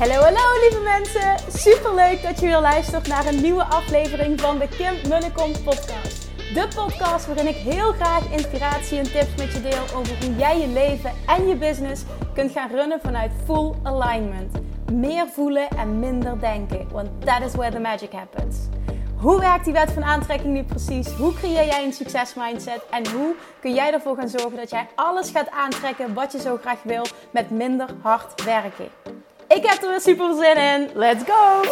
Hallo lieve mensen, superleuk dat je weer luistert naar een nieuwe aflevering van de Kim Munnekom podcast. De podcast waarin ik heel graag inspiratie en tips met je deel over hoe jij je leven en je business kunt gaan runnen vanuit full alignment. Meer voelen en minder denken, want that is where the magic happens. Hoe werkt die wet van aantrekking nu precies? Hoe creëer jij een succesmindset? En hoe kun jij ervoor gaan zorgen dat jij alles gaat aantrekken wat je zo graag wil met minder hard werken? Ik heb er weer super zin in. Let's go!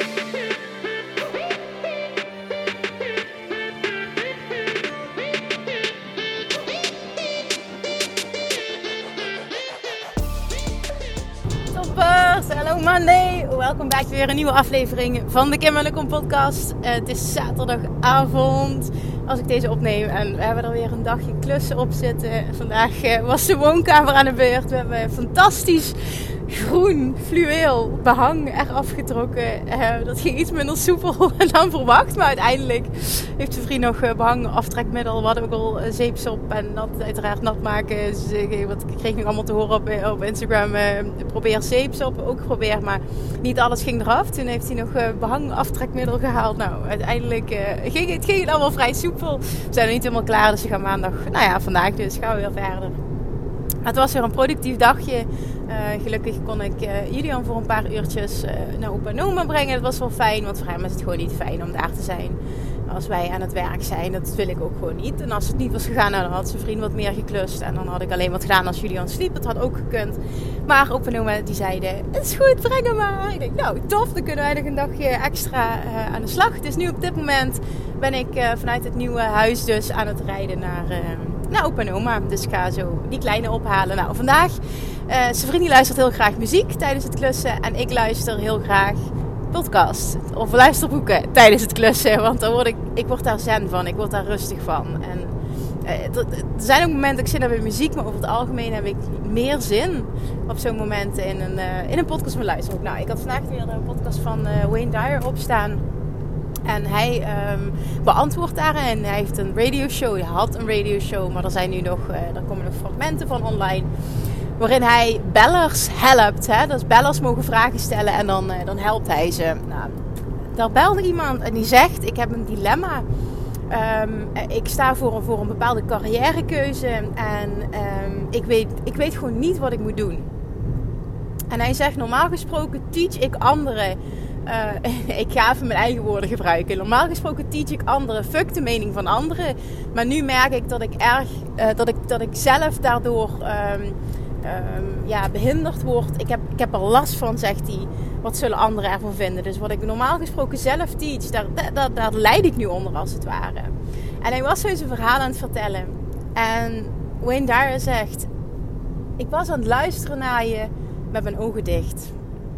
Toppers! Hello Monday! Welkom bij weer een nieuwe aflevering van de Kim Munnekom podcast. Het is zaterdagavond als ik deze opneem en we hebben er weer een dagje klussen op zitten. Vandaag was de woonkamer aan de beurt. We hebben fantastisch groen fluweel behang eraf getrokken. Dat ging iets minder soepel dan verwacht. Maar uiteindelijk heeft de vriend nog behang aftrekmiddel. We hadden ook al zeepsop en dat uiteraard nat maken. Dus ik kreeg nog allemaal te horen op Instagram. Probeer zeepsop, ook geprobeerd. Maar niet alles ging eraf. Toen heeft hij nog behang aftrekmiddel gehaald. Nou, uiteindelijk ging het allemaal vrij soepel. We zijn nog niet helemaal klaar. Dus we gaan maandag, vandaag dus gaan we weer verder. Het was weer een productief dagje. Gelukkig kon ik Julian voor een paar uurtjes naar opa en oma brengen. Dat was wel fijn, want voor hem is het gewoon niet fijn om daar te zijn. Als wij aan het werk zijn, dat wil ik ook gewoon niet. En als het niet was gegaan, dan had zijn vriend wat meer geklust. En dan had ik alleen wat gedaan als Julian sliep. Dat had ook gekund. Maar opa en oma die zeiden, het is goed, breng hem maar. Ik denk, nou tof, dan kunnen wij nog een dagje extra aan de slag. Dus nu op dit moment ben ik vanuit het nieuwe huis dus aan het rijden naar opa en oma. Dus ik ga zo die kleine ophalen. Nou, vandaag, zijn vriend die luistert heel graag muziek tijdens het klussen. En ik luister heel graag podcast of luisterboeken tijdens het klussen. Want ik word daar zen van. Ik word daar rustig van. En er zijn ook momenten, ik zit daar bij muziek, maar over het algemeen heb ik meer zin op zo'n momenten in een podcast met luisteren. Nou, ik had vandaag weer een podcast van Wayne Dyer opstaan. En hij beantwoordt daar en hij heeft een radioshow. Hij had een radioshow, maar er komen nog fragmenten van online. Waarin hij bellers helpt. Hè? Dus bellers mogen vragen stellen en dan helpt hij ze. Nou, daar belde iemand en die zegt, ik heb een dilemma. Ik sta voor een bepaalde carrièrekeuze en ik weet gewoon niet wat ik moet doen. En hij zegt, normaal gesproken teach ik anderen. Ik ga even mijn eigen woorden gebruiken. Normaal gesproken teach ik anderen. Fuck de mening van anderen. Maar nu merk ik dat ik zelf daardoor behinderd word. Ik heb er last van, zegt hij. Wat zullen anderen ervan vinden? Dus wat ik normaal gesproken zelf teach, daar leid ik nu onder als het ware. En hij was zo zijn verhaal aan het vertellen. En Wayne Dyer zegt, ik was aan het luisteren naar je met mijn ogen dicht.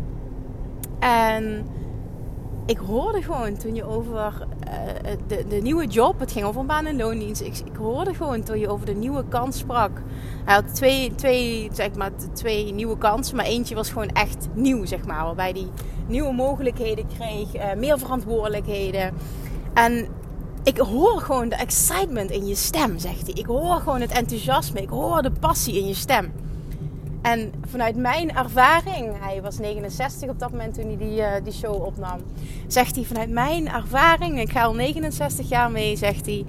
En ik hoorde gewoon toen je over de nieuwe job, het ging over een baan- en loondienst. Ik hoorde gewoon toen je over de nieuwe kans sprak. Hij had twee nieuwe kansen, maar eentje was gewoon echt nieuw, zeg maar. Waarbij hij nieuwe mogelijkheden kreeg, meer verantwoordelijkheden. En ik hoor gewoon de excitement in je stem, zegt hij. Ik hoor gewoon het enthousiasme, ik hoor de passie in je stem. En vanuit mijn ervaring, hij was 69 op dat moment toen hij die show opnam, zegt hij, vanuit mijn ervaring, ik ga al 69 jaar mee, zegt hij,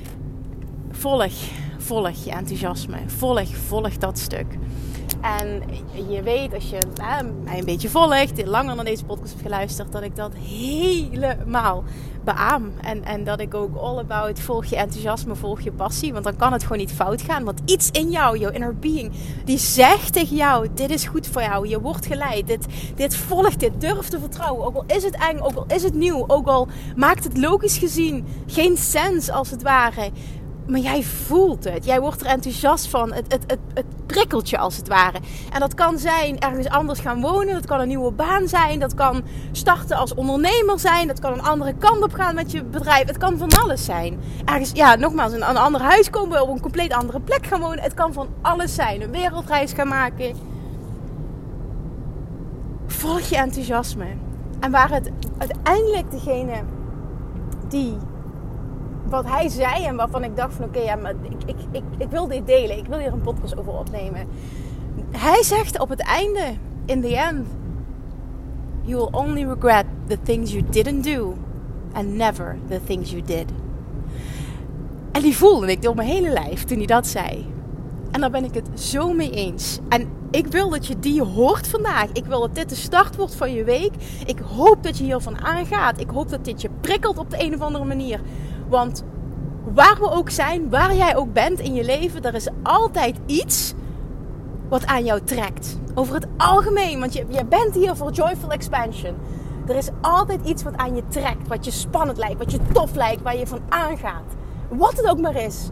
volg je enthousiasme, volg dat stuk. En je weet, als je mij een beetje volgt, langer naar deze podcast hebt geluisterd, dat ik dat helemaal beaam. En dat ik ook all about volg je enthousiasme, volg je passie. Want dan kan het gewoon niet fout gaan. Want iets in jou, jouw inner being, die zegt tegen jou, dit is goed voor jou. Je wordt geleid. Dit volgt dit. Durf te vertrouwen. Ook al is het eng, ook al is het nieuw. Ook al maakt het logisch gezien geen sens als het ware. Maar jij voelt het. Jij wordt er enthousiast van. Het prikkelt je als het ware. En dat kan zijn ergens anders gaan wonen. Dat kan een nieuwe baan zijn. Dat kan starten als ondernemer zijn. Dat kan een andere kant op gaan met je bedrijf. Het kan van alles zijn. Ergens, nogmaals, in een ander huis komen. Op een compleet andere plek gaan wonen. Het kan van alles zijn. Een wereldreis gaan maken. Volg je enthousiasme. En waar het uiteindelijk degene die wat hij zei en waarvan ik dacht van oké, maar ik wil dit delen. Ik wil hier een podcast over opnemen. Hij zegt op het einde, in the end, you will only regret the things you didn't do and never the things you did. En die voelde ik door mijn hele lijf toen hij dat zei. En daar ben ik het zo mee eens. En ik wil dat je die hoort vandaag. Ik wil dat dit de start wordt van je week. Ik hoop dat je hiervan aangaat. Ik hoop dat dit je prikkelt op de een of andere manier. Want waar we ook zijn, waar jij ook bent in je leven, er is altijd iets wat aan jou trekt. Over het algemeen, want je bent hier voor Joyful Expansion. Er is altijd iets wat aan je trekt, wat je spannend lijkt, wat je tof lijkt, waar je van aangaat. Wat het ook maar is.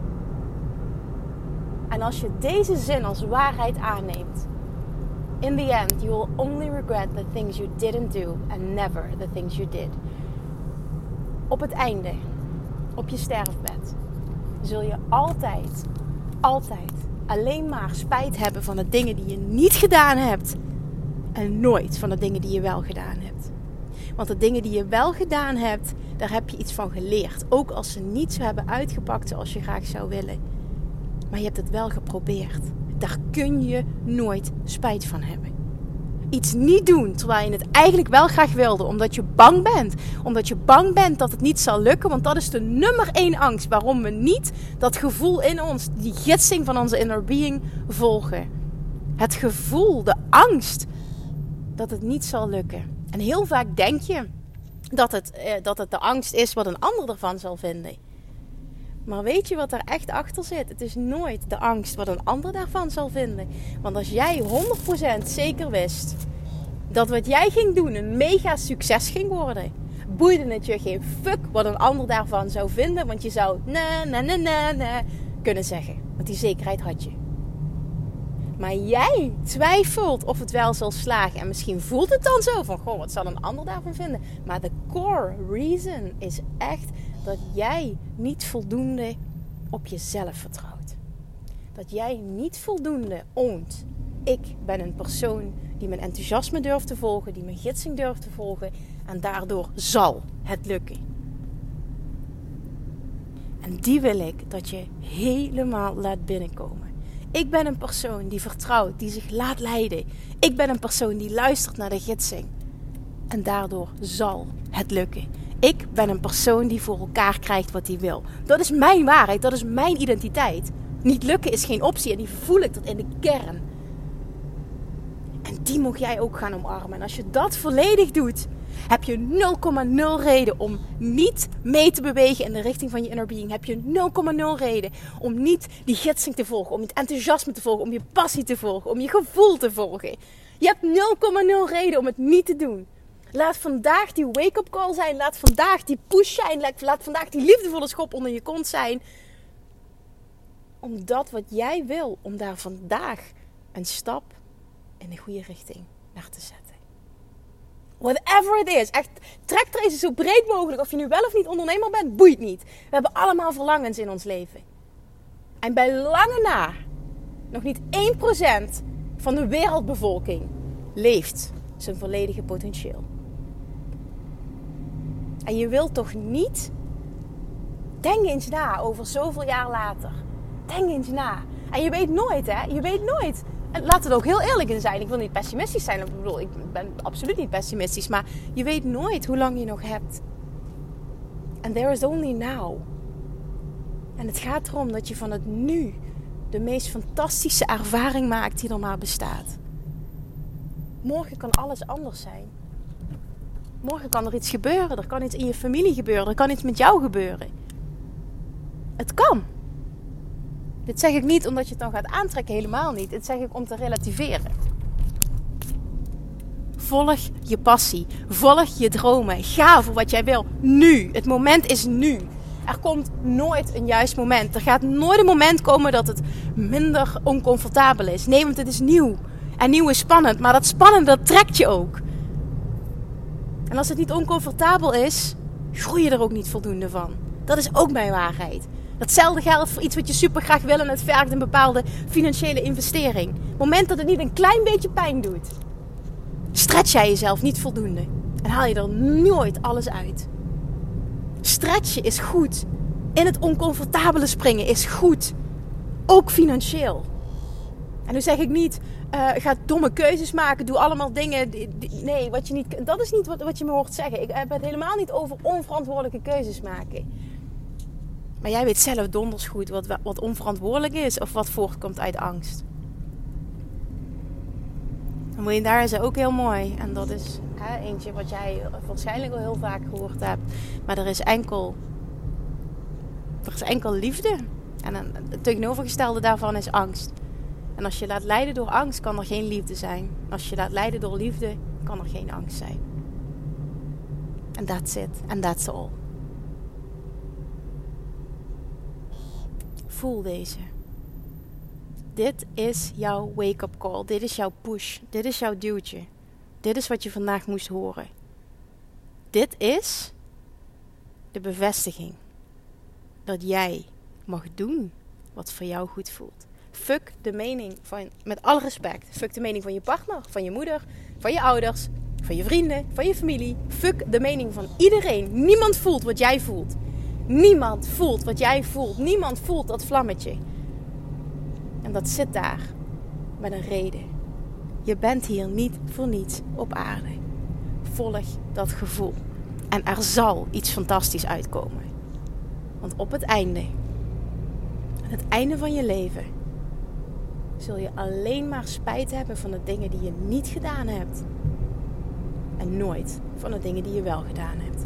En als je deze zin als waarheid aanneemt, in the end, you will only regret the things you didn't do and never the things you did. Op het einde, op je sterfbed, zul je altijd alleen maar spijt hebben van de dingen die je niet gedaan hebt. En nooit van de dingen die je wel gedaan hebt. Want de dingen die je wel gedaan hebt, daar heb je iets van geleerd. Ook als ze niet zo hebben uitgepakt zoals je graag zou willen. Maar je hebt het wel geprobeerd. Daar kun je nooit spijt van hebben. Iets niet doen terwijl je het eigenlijk wel graag wilde. Omdat je bang bent. Omdat je bang bent dat het niet zal lukken. Want dat is de nummer 1 angst. Waarom we niet dat gevoel in ons, die gidsing van onze inner being, volgen. Het gevoel, de angst dat het niet zal lukken. En heel vaak denk je dat het de angst is wat een ander ervan zal vinden. Maar weet je wat er echt achter zit? Het is nooit de angst wat een ander daarvan zal vinden. Want als jij 100% zeker wist dat wat jij ging doen een mega succes ging worden, boeide het je geen fuck wat een ander daarvan zou vinden. Want je zou nee kunnen zeggen. Want die zekerheid had je. Maar jij twijfelt of het wel zal slagen. En misschien voelt het dan zo van, goh, wat zal een ander daarvan vinden? Maar de core reason is echt dat jij niet voldoende op jezelf vertrouwt. Dat jij niet voldoende oont. Ik ben een persoon die mijn enthousiasme durft te volgen, die mijn gidsing durft te volgen. En daardoor zal het lukken. En die wil ik dat je helemaal laat binnenkomen. Ik ben een persoon die vertrouwt, die zich laat leiden. Ik ben een persoon die luistert naar de gidsing. En daardoor zal het lukken. Ik ben een persoon die voor elkaar krijgt wat hij wil. Dat is mijn waarheid, dat is mijn identiteit. Niet lukken is geen optie en die voel ik tot in de kern. En die mag jij ook gaan omarmen. En als je dat volledig doet, heb je 0,0 reden om niet mee te bewegen in de richting van je inner being. Heb je 0,0 reden om niet die gidsing te volgen, om het enthousiasme te volgen, om je passie te volgen, om je gevoel te volgen. Je hebt 0,0 reden om het niet te doen. Laat vandaag die wake-up call zijn. Laat vandaag die push zijn. Laat vandaag die liefdevolle schop onder je kont zijn. Om dat wat jij wil, om daar vandaag een stap in de goede richting naar te zetten. Whatever it is. Echt, trek er eens zo breed mogelijk. Of je nu wel of niet ondernemer bent, boeit niet. We hebben allemaal verlangens in ons leven. En bij lange na, nog niet 1% van de wereldbevolking leeft zijn volledige potentieel. En je wilt toch niet... Denk eens na over zoveel jaar later. Denk eens na. En je weet nooit, hè. Je weet nooit. En laat het ook heel eerlijk in zijn. Ik wil niet pessimistisch zijn. Ik bedoel, ik ben absoluut niet pessimistisch. Maar je weet nooit hoe lang je nog hebt. And there is only now. En het gaat erom dat je van het nu de meest fantastische ervaring maakt die er maar bestaat. Morgen kan alles anders zijn. Morgen kan er iets gebeuren. Er kan iets in je familie gebeuren. Er kan iets met jou gebeuren. Het kan. Dit zeg ik niet omdat je het dan gaat aantrekken. Helemaal niet. Dit zeg ik om te relativeren. Volg je passie. Volg je dromen. Ga voor wat jij wil. Nu. Het moment is nu. Er komt nooit een juist moment. Er gaat nooit een moment komen dat het minder oncomfortabel is. Nee, want het is nieuw. En nieuw is spannend. Maar dat spannende, dat trekt je ook. En als het niet oncomfortabel is, groei je er ook niet voldoende van. Dat is ook mijn waarheid. Datzelfde geldt voor iets wat je super graag wil en het vergt een bepaalde financiële investering. Op het moment dat het niet een klein beetje pijn doet, stretch jij jezelf niet voldoende. En haal je er nooit alles uit. Stretchen is goed. In het oncomfortabele springen is goed. Ook financieel. En nu zeg ik niet, ga domme keuzes maken, doe allemaal dingen. Nee, dat is niet wat je me hoort zeggen. Ik heb het helemaal niet over onverantwoordelijke keuzes maken. Maar jij weet zelf donders goed wat onverantwoordelijk is of wat voortkomt uit angst. En daar is ook heel mooi. En dat is eentje wat jij waarschijnlijk al heel vaak gehoord hebt. Maar er is enkel liefde. En het tegenovergestelde daarvan is angst. En als je laat leiden door angst, kan er geen liefde zijn. Als je laat leiden door liefde, kan er geen angst zijn. En that's it. And that's all. Voel deze. Dit is jouw wake-up call. Dit is jouw push. Dit is jouw duwtje. Dit is wat je vandaag moest horen. Dit is de bevestiging dat jij mag doen wat voor jou goed voelt. Fuck de mening van, met alle respect, fuck de mening van je partner, van je moeder, van je ouders, van je vrienden, van je familie. Fuck de mening van iedereen. Niemand voelt wat jij voelt. Niemand voelt wat jij voelt. Niemand voelt dat vlammetje. En dat zit daar met een reden. Je bent hier niet voor niets op aarde. Volg dat gevoel. En er zal iets fantastisch uitkomen. Want op het einde, aan het einde van je leven, zul je alleen maar spijt hebben van de dingen die je niet gedaan hebt. En nooit van de dingen die je wel gedaan hebt.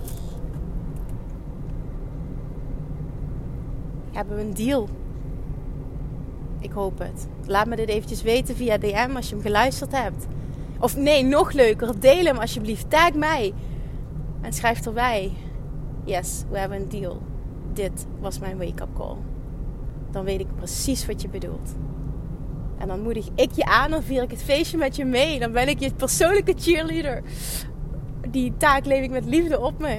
Hebben we een deal? Ik hoop het. Laat me dit eventjes weten via DM als je hem geluisterd hebt. Of nee, nog leuker. Deel hem alsjeblieft. Tag mij. En schrijf erbij. Yes, we hebben een deal. Dit was mijn wake-up call. Dan weet ik precies wat je bedoelt. En dan moedig ik je aan. Dan vier ik het feestje met je mee. Dan ben ik je persoonlijke cheerleader. Die taak leef ik met liefde op me.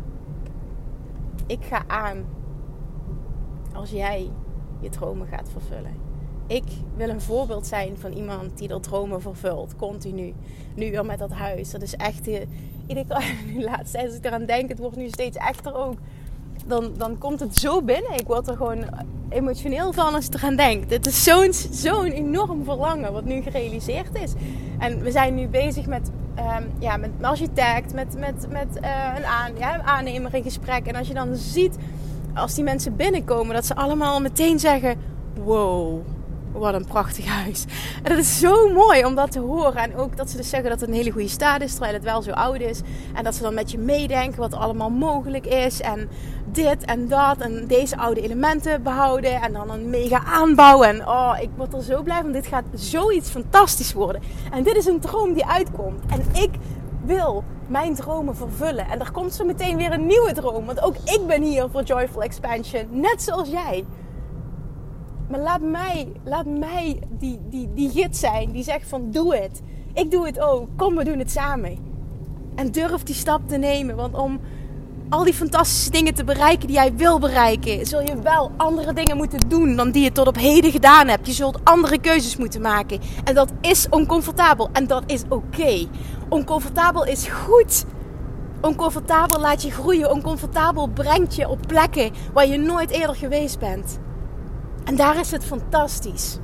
Ik ga aan. Als jij je dromen gaat vervullen. Ik wil een voorbeeld zijn van iemand die dat dromen vervult. Continu. Nu weer met dat huis. Dat is echt... Laatst als ik eraan denk, het wordt nu steeds echter ook. Dan komt het zo binnen. Ik word er gewoon emotioneel van als ik eraan denk. Dit is zo'n enorm verlangen wat nu gerealiseerd is. En we zijn nu bezig met een architect, met een aannemer in gesprek. En als je dan ziet, als die mensen binnenkomen, dat ze allemaal meteen zeggen: wow, wat een prachtig huis. En dat is zo mooi om dat te horen. En ook dat ze dus zeggen dat het een hele goede staat is, terwijl het wel zo oud is. En dat ze dan met je meedenken wat er allemaal mogelijk is. En dit en dat. En deze oude elementen behouden. En dan een mega aanbouw. En ik word er zo blij van. Dit gaat zoiets fantastisch worden. En dit is een droom die uitkomt. En ik wil mijn dromen vervullen. En er komt zo meteen weer een nieuwe droom. Want ook ik ben hier voor Joyful Expansion. Net zoals jij. Maar laat mij die gids zijn die zegt van doe het. Ik doe het ook. Kom, we doen het samen. En durf die stap te nemen. Want om al die fantastische dingen te bereiken die jij wil bereiken, zul je wel andere dingen moeten doen dan die je tot op heden gedaan hebt. Je zult andere keuzes moeten maken. En dat is oncomfortabel. En dat is oké. Oncomfortabel is goed. Oncomfortabel laat je groeien. Oncomfortabel brengt je op plekken waar je nooit eerder geweest bent. En daar is het fantastisch.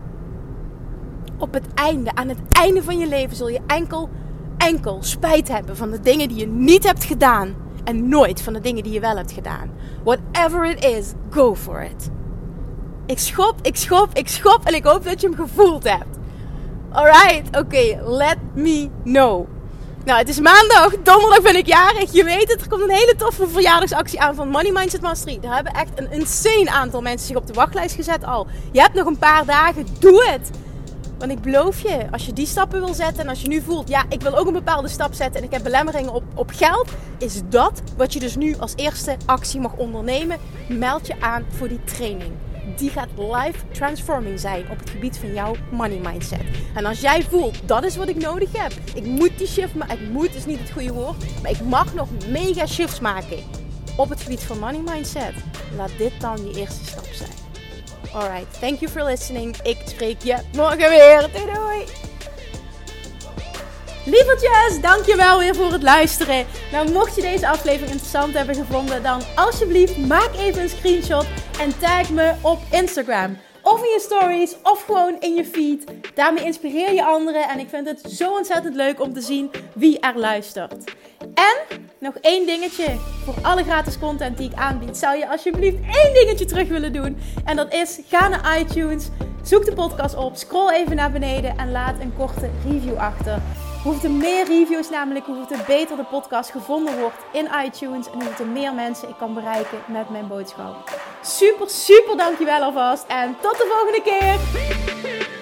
Op het einde, aan het einde van je leven zul je enkel spijt hebben van de dingen die je niet hebt gedaan. En nooit van de dingen die je wel hebt gedaan. Whatever it is, go for it. Ik schop en ik hoop dat je hem gevoeld hebt. Alright, oké, let me know. Nou, het is maandag, donderdag ben ik jarig. Je weet het, er komt een hele toffe verjaardagsactie aan van Money Mindset Mastery. Daar hebben echt een insane aantal mensen zich op de wachtlijst gezet al. Je hebt nog een paar dagen, doe het. Want ik beloof je, als je die stappen wil zetten en als je nu voelt, ja, ik wil ook een bepaalde stap zetten en ik heb belemmeringen op geld, is dat wat je dus nu als eerste actie mag ondernemen. Meld je aan voor die training. Die gaat life transforming zijn op het gebied van jouw money mindset. En als jij voelt, dat is wat ik nodig heb. Ik moet die shift maken. Ik moet is niet het goede woord. Maar ik mag nog mega shifts maken op het gebied van money mindset. Laat dit dan je eerste stap zijn. Alright, thank you for listening. Ik spreek je morgen weer. Doei doei. Lievertjes, dankjewel weer voor het luisteren. Nou, mocht je deze aflevering interessant hebben gevonden, dan alsjeblieft maak even een screenshot en tag me op Instagram. Of in je stories, of gewoon in je feed. Daarmee inspireer je anderen. En ik vind het zo ontzettend leuk om te zien wie er luistert. En nog één dingetje. Voor alle gratis content die ik aanbied, zou je alsjeblieft één dingetje terug willen doen. En dat is, ga naar iTunes, zoek de podcast op, scroll even naar beneden en laat een korte review achter. Hoeveel meer reviews namelijk, hoeveel beter de podcast gevonden wordt in iTunes. En hoeveel meer mensen ik kan bereiken met mijn boodschap. Super, super dankjewel alvast. En tot de volgende keer.